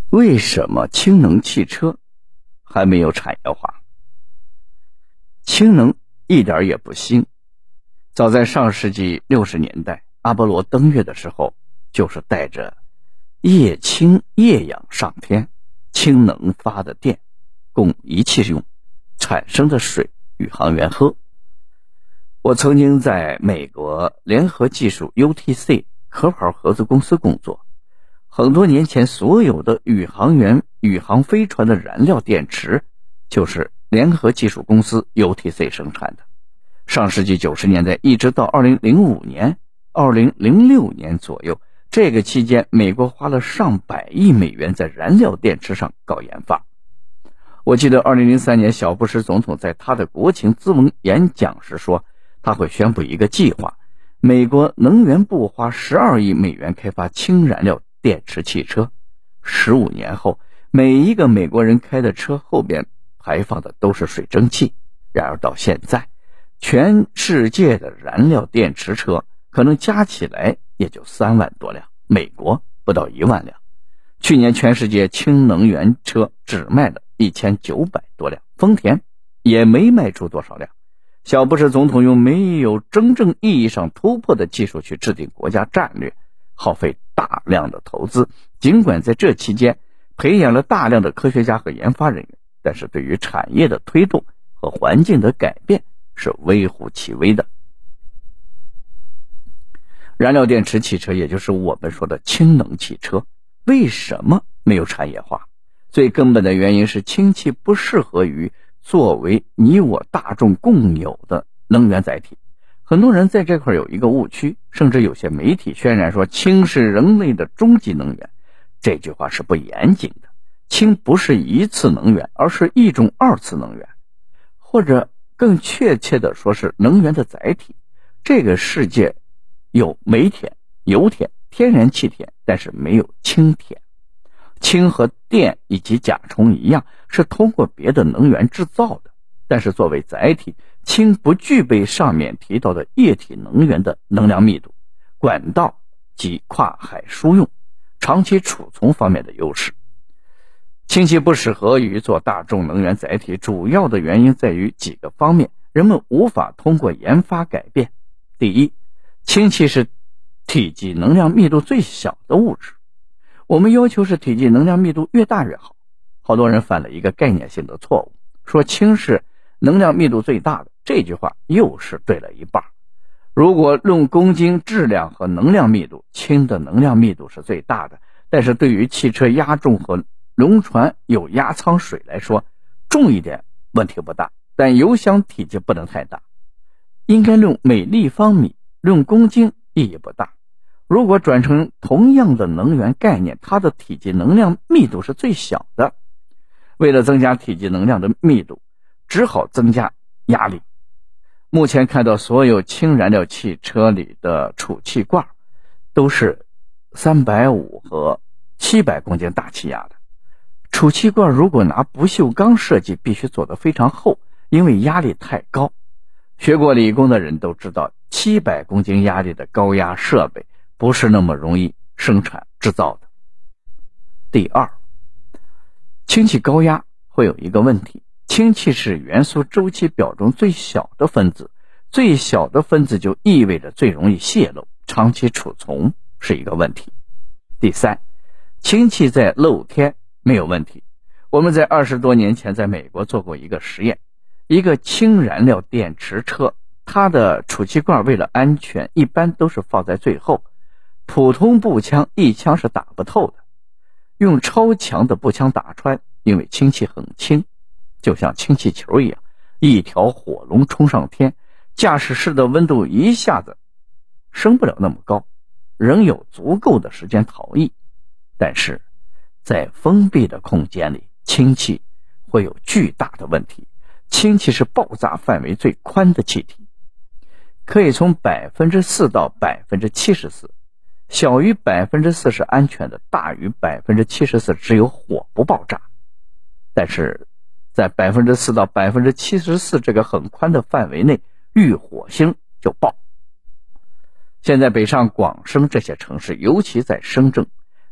为什么氢能汽车还没有产业化？氢能一点也不新，早在上世纪60年代，阿波罗登月的时候，就是带着液氢液氧上天，氢能发的电供仪器用，产生的水宇航员喝。我曾经在美国联合技术 UTC 壳牌合资公司工作，很多年前所有的宇航员宇航飞船的燃料电池就是联合技术公司 UTC 生产的。上世纪90年代一直到2005年2006年左右，这个期间美国花了上百亿美元在燃料电池上搞研发。我记得2003年小布什总统在他的国情咨文演讲时说，他会宣布一个计划，美国能源部花12亿美元开发氢燃料电池汽车。15年后，每一个美国人开的车后边排放的都是水蒸气。然而到现在，全世界的燃料电池车可能加起来也就3万多辆，美国不到1万辆。去年全世界氢能源车只卖了1900多辆，丰田也没卖出多少辆。小布什总统用没有真正意义上突破的技术去制定国家战略，耗费大量的投资，尽管在这期间培养了大量的科学家和研发人员，但是对于产业的推动和环境的改变是微乎其微的。燃料电池汽车，也就是我们说的氢能汽车，为什么没有产业化？最根本的原因是氢气不适合于作为你我大众共有的能源载体。很多人在这块有一个误区，甚至有些媒体渲染说氢是人类的终极能源。这句话是不严谨的，氢不是一次能源，而是一种二次能源，或者更确切的说是能源的载体。这个世界有煤田、油田、天然气田，但是没有氢田。氢和电以及甲虫一样，是通过别的能源制造的，但是作为载体，氢不具备上面提到的液体能源的能量密度、管道及跨海输用、长期储存方面的优势。氢气不适合于做大众能源载体，主要的原因在于几个方面，人们无法通过研发改变。第一，氢气是体积能量密度最小的物质，我们要求是体积能量密度越大越好。好多人犯了一个概念性的错误，说氢是能量密度最大的，这句话又是对了一半。如果论公斤质量和能量密度，氢的能量密度是最大的，但是对于汽车压重和轮船有压舱水来说，重一点问题不大，但油箱体积不能太大，应该论每立方米，论公斤意义不大。如果转成同样的能源概念，它的体积能量密度是最小的。为了增加体积能量的密度，只好增加压力。目前看到所有氢燃料汽车里的储气罐都是350和700公斤大气压的。储气罐如果拿不锈钢设计，必须做得非常厚，因为压力太高。学过理工的人都知道，700公斤压力的高压设备不是那么容易生产制造的。第二，氢气高压会有一个问题，氢气是元素周期表中最小的分子，最小的分子就意味着最容易泄漏，长期储存是一个问题。第三，氢气在露天没有问题。我们在20多年前在美国做过一个实验，一个氢燃料电池车，它的储气罐为了安全一般都是放在最后，普通步枪一枪是打不透的，用超强的步枪打穿，因为氢气很轻，就像氢气球一样，一条火龙冲上天，驾驶室的温度一下子升不了那么高，仍有足够的时间逃逸。但是在封闭的空间里，氢气会有巨大的问题。氢气是爆炸范围最宽的气体，可以从 4% 到 74%， 小于 4% 是安全的，大于 74% 只有火不爆炸。但是在 4% 到 74% 这个很宽的范围内，遇火星就爆。现在北上广深这些城市，尤其在深圳，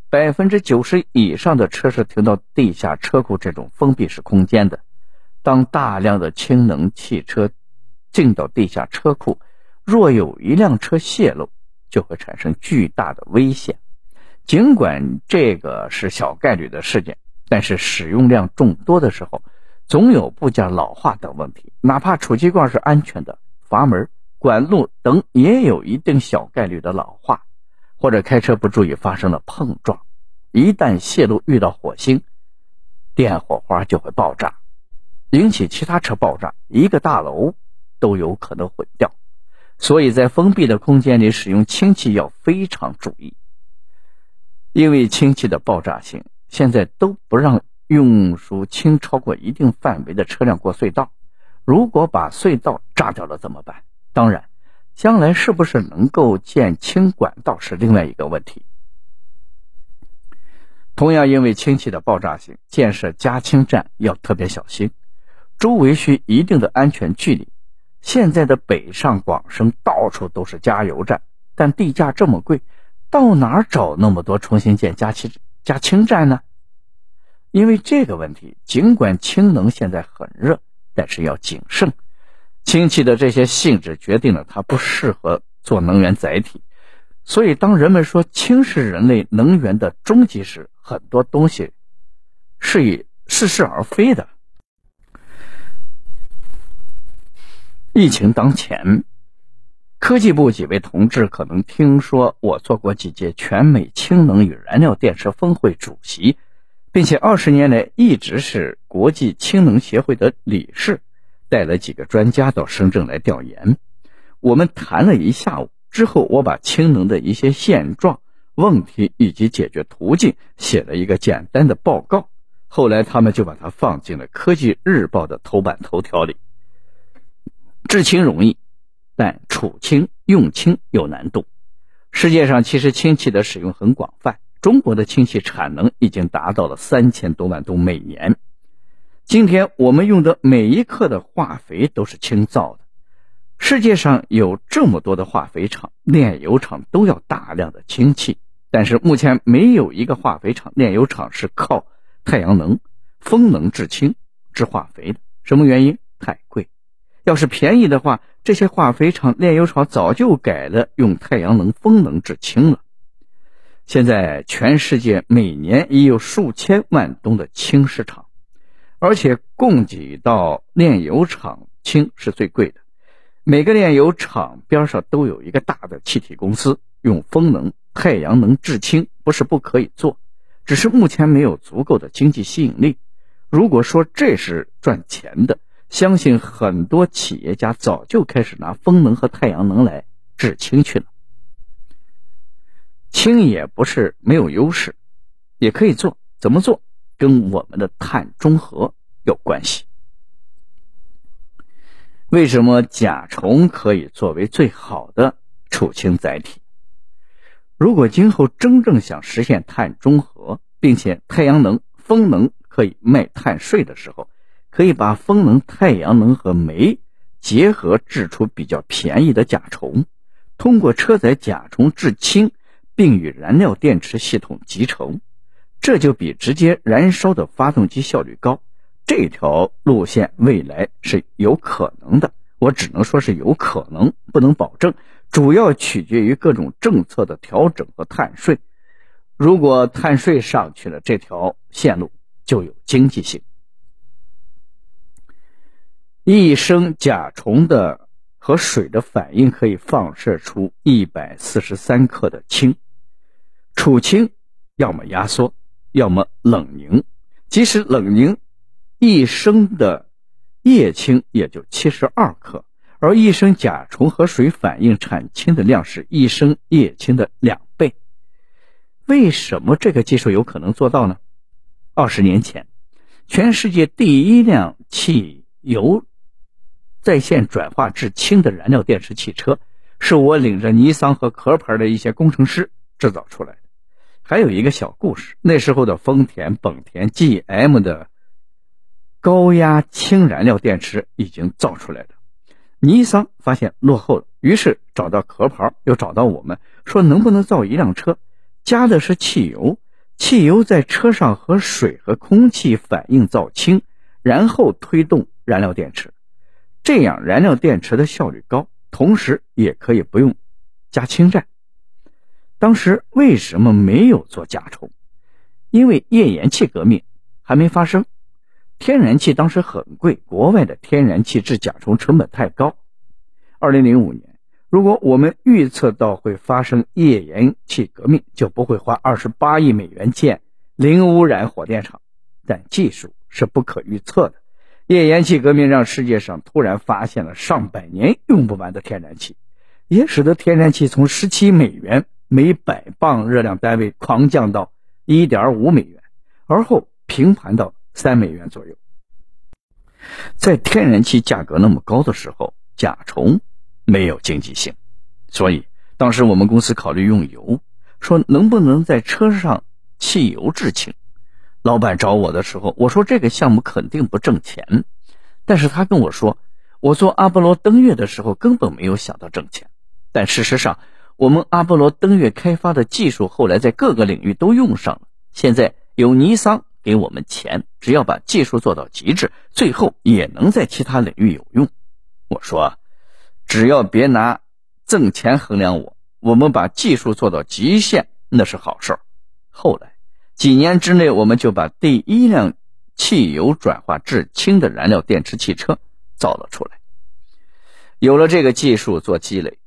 90%以上的车是停到地下车库这种封闭式空间的。当大量的氢能汽车进到地下车库，若有一辆车泄漏，就会产生巨大的危险。尽管这个是小概率的事件，但是使用量众多的时候，总有部件老化等问题，哪怕储气罐是安全的，阀门、管路等也有一定小概率的老化，或者开车不注意发生了碰撞，一旦泄漏遇到火星，电火花就会爆炸，引起其他车爆炸，一个大楼都有可能毁掉。所以在封闭的空间里使用氢气要非常注意。因为氢气的爆炸性，现在都不让运输氢超过一定范围的车辆过隧道。如果把隧道炸掉了怎么办？当然，将来是不是能够建氢管道是另外一个问题。同样因为氢气的爆炸性，建设加氢站要特别小心，周围需一定的安全距离。现在的北上广深到处都是加油站，但地价这么贵，到哪儿找那么多重新建加氢站呢？因为这个问题，尽管氢能现在很热，但是要谨慎。氢气的这些性质决定了它不适合做能源载体，所以当人们说氢是人类能源的终极时，很多东西是以似是而非的。疫情当前，科技部几位同志可能听说我做过几届全美氢能与燃料电池峰会主席，并且20年来一直是国际氢能协会的理事，带了几个专家到深圳来调研。我们谈了一下午之后，我把氢能的一些现状、问题以及解决途径写了一个简单的报告，后来他们就把它放进了科技日报的头版头条里。制氢容易，但储氢用氢有难度。世界上其实氢气的使用很广泛，中国的氢气产能已经达到了3000多万吨每年。今天我们用的每一克的化肥都是氢造的。世界上有这么多的化肥厂、炼油厂都要大量的氢气，但是目前没有一个化肥厂、炼油厂是靠太阳能、风能制氢、制化肥的。什么原因？太贵。要是便宜的话，这些化肥厂、炼油厂早就改了用太阳能、风能制氢了。现在全世界每年已有数千万吨的氢市场，而且供给到炼油厂氢是最贵的。每个炼油厂边上都有一个大的气体公司，用风能、太阳能制氢不是不可以做，只是目前没有足够的经济吸引力。如果说这是赚钱的，相信很多企业家早就开始拿风能和太阳能来制氢去了。氢也不是没有优势，也可以做，怎么做？跟我们的碳中和有关系。为什么甲虫可以作为最好的储氢载体？如果今后真正想实现碳中和，并且太阳能、风能可以卖碳税的时候，可以把风能、太阳能和煤结合制出比较便宜的甲虫，通过车载甲虫制氢，并与燃料电池系统集成，这就比直接燃烧的发动机效率高。这条路线未来是有可能的，我只能说是有可能，不能保证，主要取决于各种政策的调整和碳税。如果碳税上去了，这条线路就有经济性。一升甲虫的和水的反应可以放射出143克的氢。储氢要么压缩，要么冷凝，即使冷凝一升的液氢也就72克，而一升甲虫和水反应产氢的量是一升液氢的2倍。为什么这个技术有可能做到呢？20年前，全世界第一辆汽油在线转化至氢的燃料电池汽车，是我领着尼桑和壳牌的一些工程师制造出来的。还有一个小故事，那时候的丰田、本田、GM 的高压氢燃料电池已经造出来了，尼桑发现落后了，于是找到壳牌，又找到我们，说能不能造一辆车，加的是汽油， 汽油在车上和水和空气反应造氢，然后推动燃料电池，这样燃料电池的效率高，同时也可以不用加氢站。当时为什么没有做甲虫？因为页岩气革命还没发生，天然气当时很贵，国外的天然气制甲虫成本太高。2005年，如果我们预测到会发生页岩气革命，就不会花28亿美元建零污染火电厂。但技术是不可预测的，页岩气革命让世界上突然发现了上百年用不完的天然气，也使得天然气从17美元每100磅热量单位狂降到1.5美元，而后平盘到3美元左右。在天然气价格那么高的时候，甲虫没有经济性，所以当时我们公司考虑用油，说能不能在车上汽油制氢。老板找我的时候，我说这个项目肯定不挣钱，但是他跟我说，我做阿波罗登月的时候根本没有想到挣钱。但事实上，我们阿波罗登月开发的技术后来在各个领域都用上了，现在有尼桑给我们钱，只要把技术做到极致，最后也能在其他领域有用。我说只要别拿挣钱衡量我们把技术做到极限，那是好事。后来几年之内，我们就把第一辆汽油转化制氢的燃料电池汽车造了出来。有了这个技术做积累，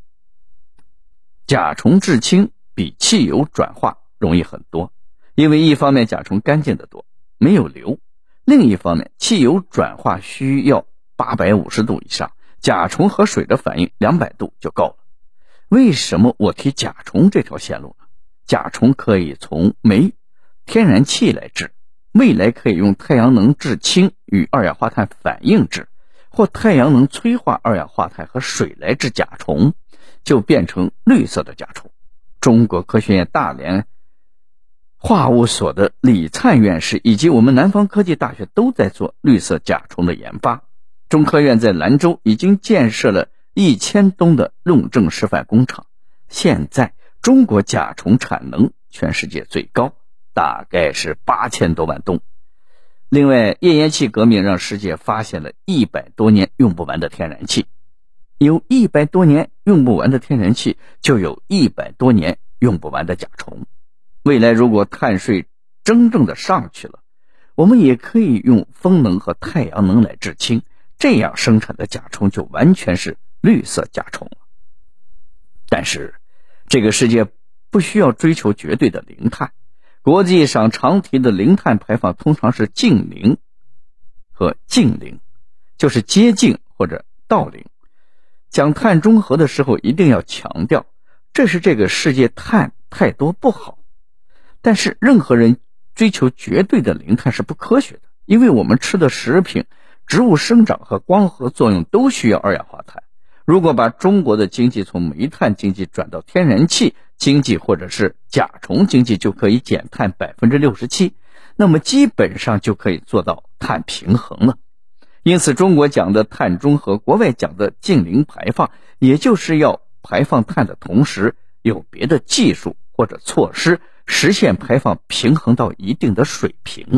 甲虫制氢比汽油转化容易很多，因为一方面甲虫干净得多，没有硫，另一方面汽油转化需要850度以上，甲虫和水的反应200度就够了。为什么我提甲虫这条线路呢？甲虫可以从煤、天然气来制，未来可以用太阳能制氢与二氧化碳反应制，或太阳能催化二氧化碳和水来制甲虫，就变成绿色的甲虫。中国科学院大连化物所的李灿院士以及我们南方科技大学都在做绿色甲虫的研发。中科院在兰州已经建设了1000吨的论证示范工厂，现在中国甲虫产能全世界最高，大概是8000多万吨。另外，页岩气革命让世界发现了100多年用不完的天然气，有100多年用不完的天然气，就有100多年用不完的甲虫。未来如果碳税真正的上去了，我们也可以用风能和太阳能来制氢，这样生产的甲虫就完全是绿色甲虫了。但是这个世界不需要追求绝对的零碳，国际上常提的零碳排放通常是近零和近零，就是接近或者到零。讲碳中和的时候一定要强调，这是这个世界碳太多不好，但是任何人追求绝对的零碳是不科学的，因为我们吃的食品、植物生长和光合作用都需要二氧化碳。如果把中国的经济从煤炭经济转到天然气经济或者是甲虫经济，就可以减碳67%，那么基本上就可以做到碳平衡了。因此中国讲的碳中和，国外讲的净零排放，也就是要排放碳的同时有别的技术或者措施实现排放平衡到一定的水平。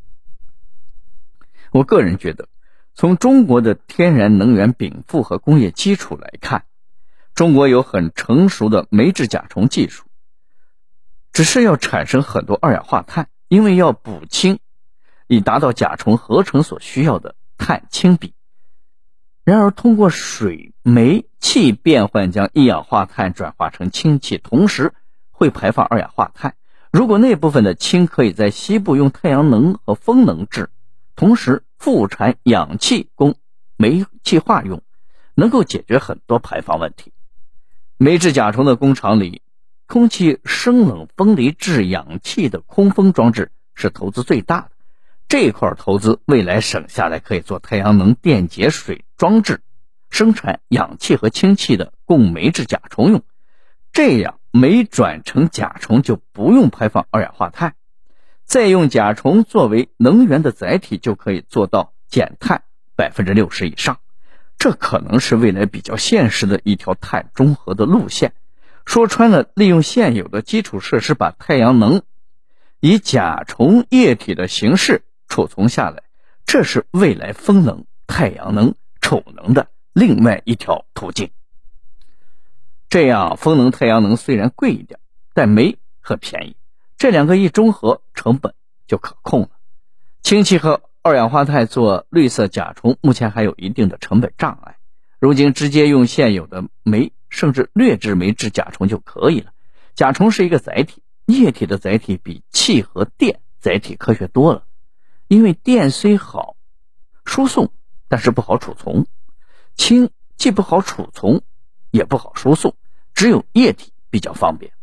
我个人觉得，从中国的天然能源禀赋和工业基础来看，中国有很成熟的煤制甲虫技术，只是要产生很多二氧化碳，因为要补氢，以达到甲虫合成所需要的碳氢比。然而通过水、煤、气变换将一氧化碳转化成氢气，同时会排放二氧化碳。如果那部分的氢可以在西部用太阳能和风能制，同时复产氧气供煤气化用，能够解决很多排放问题。煤制甲虫的工厂里，空气生冷分离制氧气的空封装置是投资最大的，这块投资未来省下来可以做太阳能电解水装置，生产氧气和氢气的供煤制甲虫用，这样煤转成甲虫就不用排放二氧化碳，再用甲虫作为能源的载体，就可以做到减碳60%以上。这可能是未来比较现实的一条碳中和的路线。说穿了，利用现有的基础设施把太阳能以甲虫液体的形式储存下来，这是未来风能、太阳能、储能的另外一条途径。这样风能、太阳能虽然贵一点，但煤很便宜，这两个一中和，成本就可控了。氢气和二氧化钛做绿色甲虫目前还有一定的成本障碍，如今直接用现有的煤甚至劣质煤制甲虫就可以了。甲虫是一个载体，液体的载体比气和电载体科学多了，因为电虽好输送，但是不好储存，氢既不好储存也不好输送，只有液体比较方便。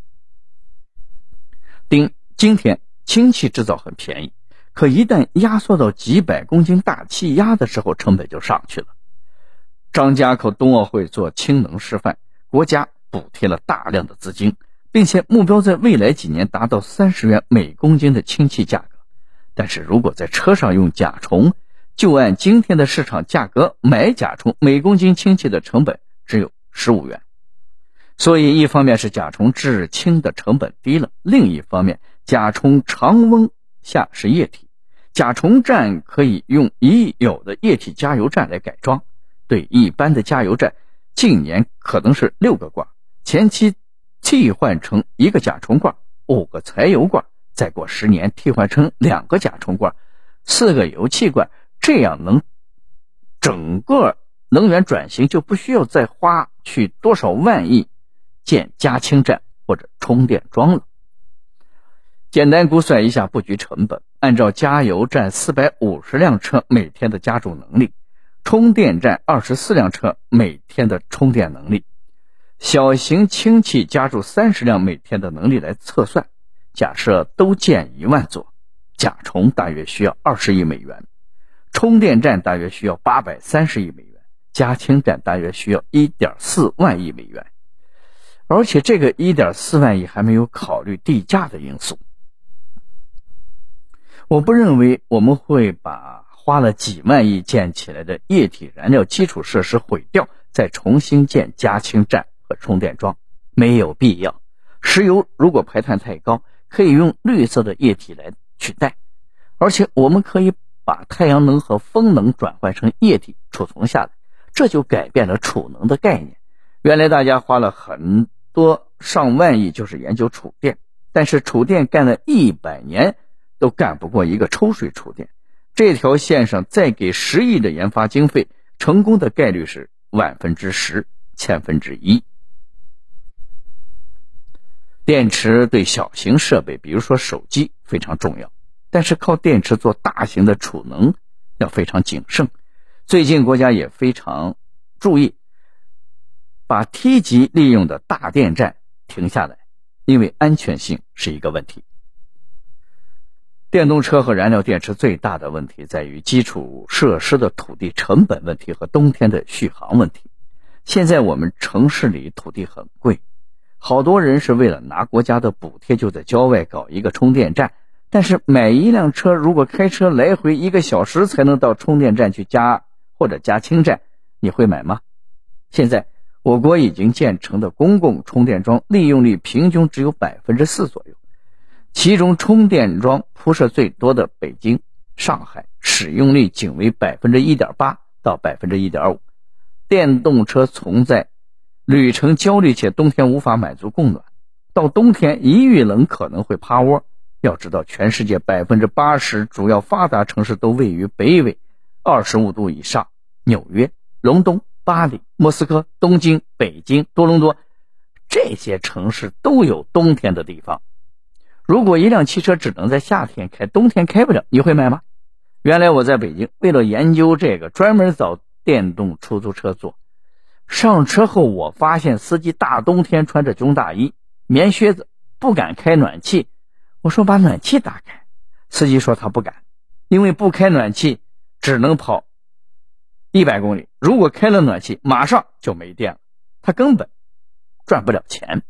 今天氢气制造很便宜，可一旦压缩到几百公斤大气压的时候，成本就上去了。张家口冬奥会做氢能示范，国家补贴了大量的资金，并且目标在未来几年达到30元每公斤的氢气价格。但是如果在车上用甲虫，就按今天的市场价格买甲虫，每公斤氢气的成本只有15元。所以一方面是甲虫制氢的成本低了，另一方面甲虫常温下是液体，甲虫站可以用已有的液体加油站来改装。对一般的加油站，近年可能是6个罐，前期替换成1个甲虫罐，5个柴油罐，再过10年替换成2个甲虫罐，4个油气罐，这样整个能源转型就不需要再花去多少万亿建加氢站或者充电桩了。简单估算一下布局成本，按照加油站450辆车每天的加注能力，充电站24辆车每天的充电能力，小型氢气加注30辆每天的能力来测算，假设都建1万座，甲虫大约需要20亿美元，充电站大约需要830亿美元，加氢站大约需要1.4万亿美元，而且这个1.4万亿还没有考虑地价的因素。我不认为我们会把花了几万亿建起来的液体燃料基础设施毁掉，再重新建加氢站和充电桩，没有必要。石油如果排碳太高，可以用绿色的液体来取代，而且我们可以把太阳能和风能转换成液体储存下来，这就改变了储能的概念。原来大家花了很多上万亿就是研究储电，但是储电干了100年都干不过一个抽水储电，这条线上再给10亿的研发经费，成功的概率是10%、1/1000。电池对小型设备比如说手机非常重要，但是靠电池做大型的储能要非常谨慎。最近国家也非常注意把梯级利用的大电站停下来，因为安全性是一个问题。电动车和燃料电池最大的问题在于基础设施的土地成本问题和冬天的续航问题。现在我们城市里土地很贵，好多人是为了拿国家的补贴就在郊外搞一个充电站，但是买一辆车如果开车来回1个小时才能到充电站去加或者加氢站，你会买吗？现在我国已经建成的公共充电桩利用率平均只有 4% 左右，其中充电桩铺设最多的北京、上海使用率仅为 1.8% 到 1.5%。 电动车存在旅程焦虑且冬天无法满足供暖，到冬天一遇冷可能会趴窝。要知道全世界 80% 主要发达城市都位于北纬25度以上，纽约、伦敦、巴黎、莫斯科、东京、北京、多伦多这些城市都有冬天的地方。如果一辆汽车只能在夏天开，冬天开不了，你会买吗？原来我在北京为了研究这个专门找电动出租车坐，上车后我发现司机大冬天穿着军大衣、棉靴子，不敢开暖气。我说把暖气打开，司机说他不敢，因为不开暖气只能跑100公里，如果开了暖气马上就没电了，他根本赚不了钱。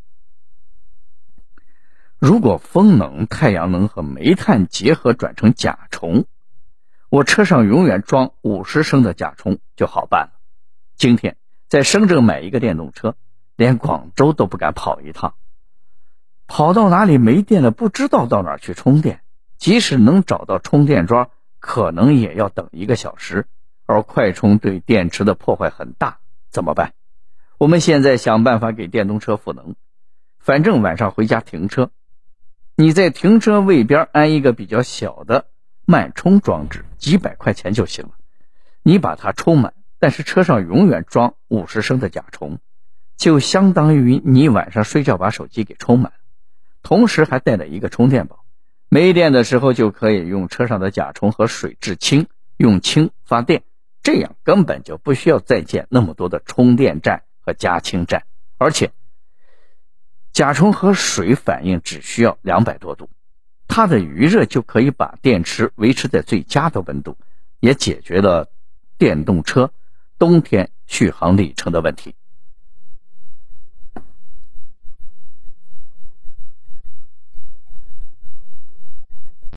如果风能、太阳能和煤炭结合转成甲虫，我车上永远装50升的甲虫就好办了。今天在深圳买一个电动车，连广州都不敢跑一趟。 跑到哪里没电了，不知道到哪儿去充电，即使能找到充电桩，可能也要等1个小时，而快充对电池的破坏很大，怎么办？我们现在想办法给电动车赋能。反正晚上回家停车，你在停车位边安一个比较小的慢充装置，几百块钱就行了。你把它充满，但是车上永远装50升的甲虫，就相当于你晚上睡觉把手机给充满，同时还带了一个充电宝，没电的时候就可以用车上的甲虫和水制氢，用氢发电，这样根本就不需要再建那么多的充电站和加氢站，而且甲虫和水反应只需要200多度，它的余热就可以把电池维持在最佳的温度，也解决了电动车冬天续航里程的问题。